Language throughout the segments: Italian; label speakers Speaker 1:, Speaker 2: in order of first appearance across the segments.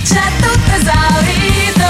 Speaker 1: c'è tutto esaurito.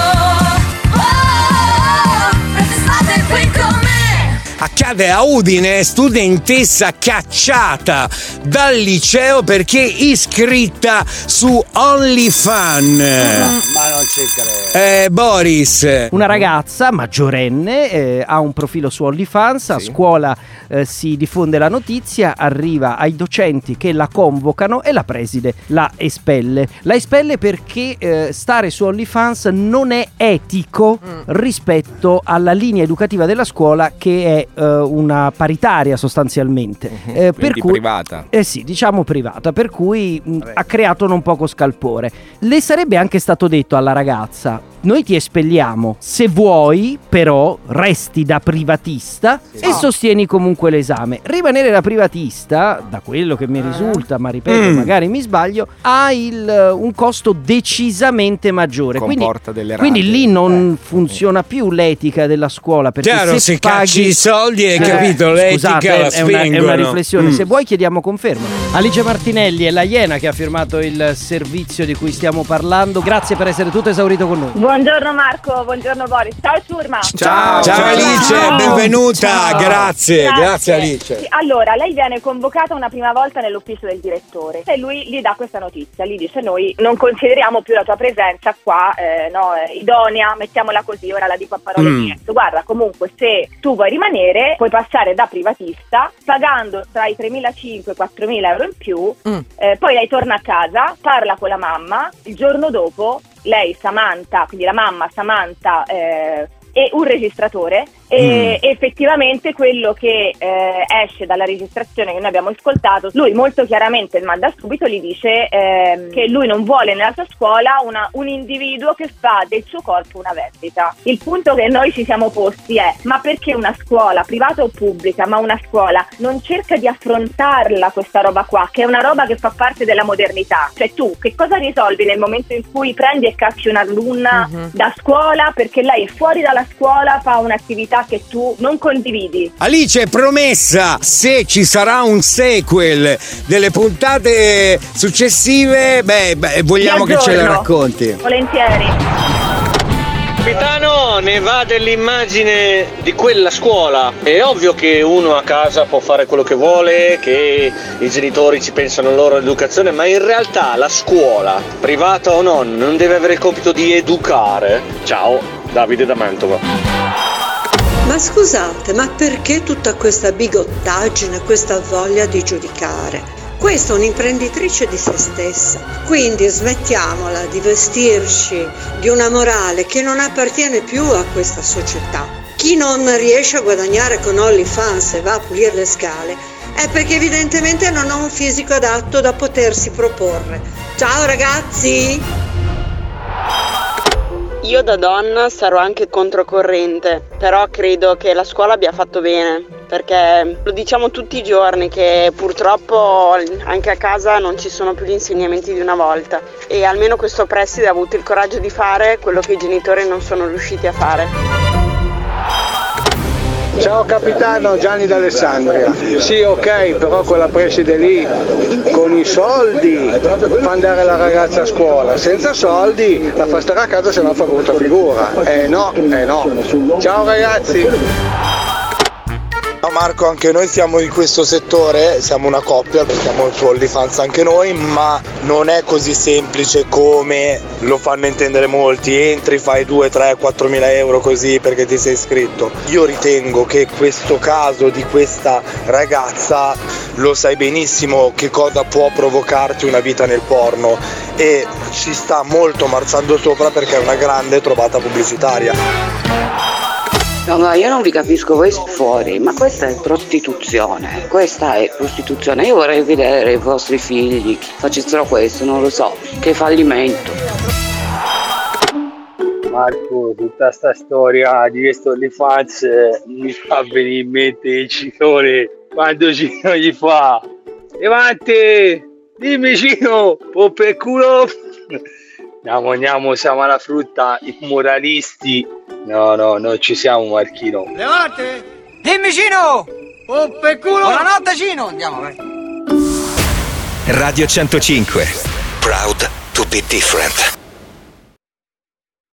Speaker 1: Restate qui con me.
Speaker 2: Accade a Udine, studentessa cacciata dal liceo perché iscritta su OnlyFans.
Speaker 3: Ma non ci credo.
Speaker 2: Boris.
Speaker 4: Una ragazza maggiorenne ha un profilo su OnlyFans, a scuola si diffonde la notizia, arriva ai docenti che la convocano e la preside la espelle. La espelle perché stare su OnlyFans non è etico rispetto alla linea educativa della scuola, che è una paritaria sostanzialmente. Per cui,
Speaker 5: privata.
Speaker 4: Sì, diciamo privata, per cui ha creato non poco scalpore. Le sarebbe anche stato detto alla ragazza: noi ti espelliamo, se vuoi però resti da privatista e sostieni comunque l'esame. Rimanere da privatista, da quello che mi risulta, ma ripeto, magari mi sbaglio, ha un costo decisamente maggiore.
Speaker 5: Comporta delle
Speaker 4: quindi
Speaker 5: rate.
Speaker 4: lì non funziona più l'etica della scuola, perché
Speaker 2: Chiaro, se cacci i soldi, hai capito, l'etica
Speaker 4: scusate,
Speaker 2: la
Speaker 4: è
Speaker 2: sfingono.
Speaker 4: una riflessione. Se vuoi chiediamo conferma. Alice Martinelli è la Iena che ha firmato il servizio di cui stiamo parlaamo. Grazie per essere tutto esaurito con noi.
Speaker 6: Buongiorno Marco, buongiorno Boris. Ciao Ciurma.
Speaker 2: Ciao Alice, benvenuta.
Speaker 6: Ciao.
Speaker 2: Grazie Alice.
Speaker 6: Sì, allora, lei viene convocata una prima volta nell'ufficio del direttore e lui gli dà questa notizia, gli dice: noi non consideriamo più la tua presenza qua idonea, mettiamola così, ora la dico a parole mie. Guarda, comunque se tu vuoi rimanere puoi passare da privatista pagando tra i 3.500 e 4.000 euro in più, poi lei torna a casa, parla con la mamma, il giorno dopo lei, Samantha, quindi la mamma Samantha e un registratore, e effettivamente quello che esce dalla registrazione che noi abbiamo ascoltato, lui molto chiaramente manda subito, gli dice che lui non vuole nella sua scuola un individuo che fa del suo corpo una vendita. Il punto che noi ci siamo posti è: ma perché una scuola, privata o pubblica, ma una scuola non cerca di affrontarla questa roba qua, che è una roba che fa parte della modernità? Cioè tu che cosa risolvi nel momento in cui prendi e cacci un'alunna da scuola perché lei fuori dalla scuola fa un'attività che tu non condividi?
Speaker 2: Alice, promessa, se ci sarà un sequel delle puntate successive, vogliamo che ce le racconti.
Speaker 6: Volentieri.
Speaker 7: Capitano, ne va dell'immagine di quella scuola. È ovvio che uno a casa può fare quello che vuole, che i genitori ci pensano alla loro educazione, ma in realtà la scuola, privata o non deve avere il compito di educare. Ciao, Davide da Mantova.
Speaker 8: Ma scusate, ma perché tutta questa bigottaggine, questa voglia di giudicare? Questa è un'imprenditrice di se stessa, quindi smettiamola di vestirci di una morale che non appartiene più a questa società. Chi non riesce a guadagnare con OnlyFans e va a pulire le scale è perché evidentemente non ha un fisico adatto da potersi proporre. Ciao ragazzi!
Speaker 9: Io da donna sarò anche controcorrente, però credo che la scuola abbia fatto bene, perché lo diciamo tutti i giorni che purtroppo anche a casa non ci sono più gli insegnamenti di una volta, e almeno questo preside ha avuto il coraggio di fare quello che i genitori non sono riusciti a fare.
Speaker 10: Ciao capitano, Gianni d'Alessandria. Sì, ok, però quella preside lì con i soldi fa andare la ragazza a scuola, senza soldi la fa stare a casa, se no fa brutta figura. No. Ciao ragazzi.
Speaker 11: No Marco, anche noi siamo in questo settore, siamo una coppia, siamo su OnlyFans anche noi, ma non è così semplice come lo fanno intendere molti. Entri, fai 2, 3, 4.000 euro così perché ti sei iscritto. Io ritengo che questo caso di questa ragazza, lo sai benissimo che cosa può provocarti una vita nel porno, e ci sta molto marciando sopra perché è una grande trovata pubblicitaria.
Speaker 12: No, ma io non vi capisco voi fuori, ma questa è prostituzione, Io vorrei vedere i vostri figli facessero questo, non lo so, che fallimento.
Speaker 10: Marco, tutta sta storia di questo OnlyFans mi fa venire in mente il Cicone quando Cino gli fa: Levante, dimmi Cino, po' per culo. Andiamo, siamo alla frutta, i moralisti. No, non ci siamo, Marchino.
Speaker 3: Levante! Dimmi Cino! Oh, per culo! Buonanotte Cino! Andiamo, vai.
Speaker 13: Radio 105. Proud to be different.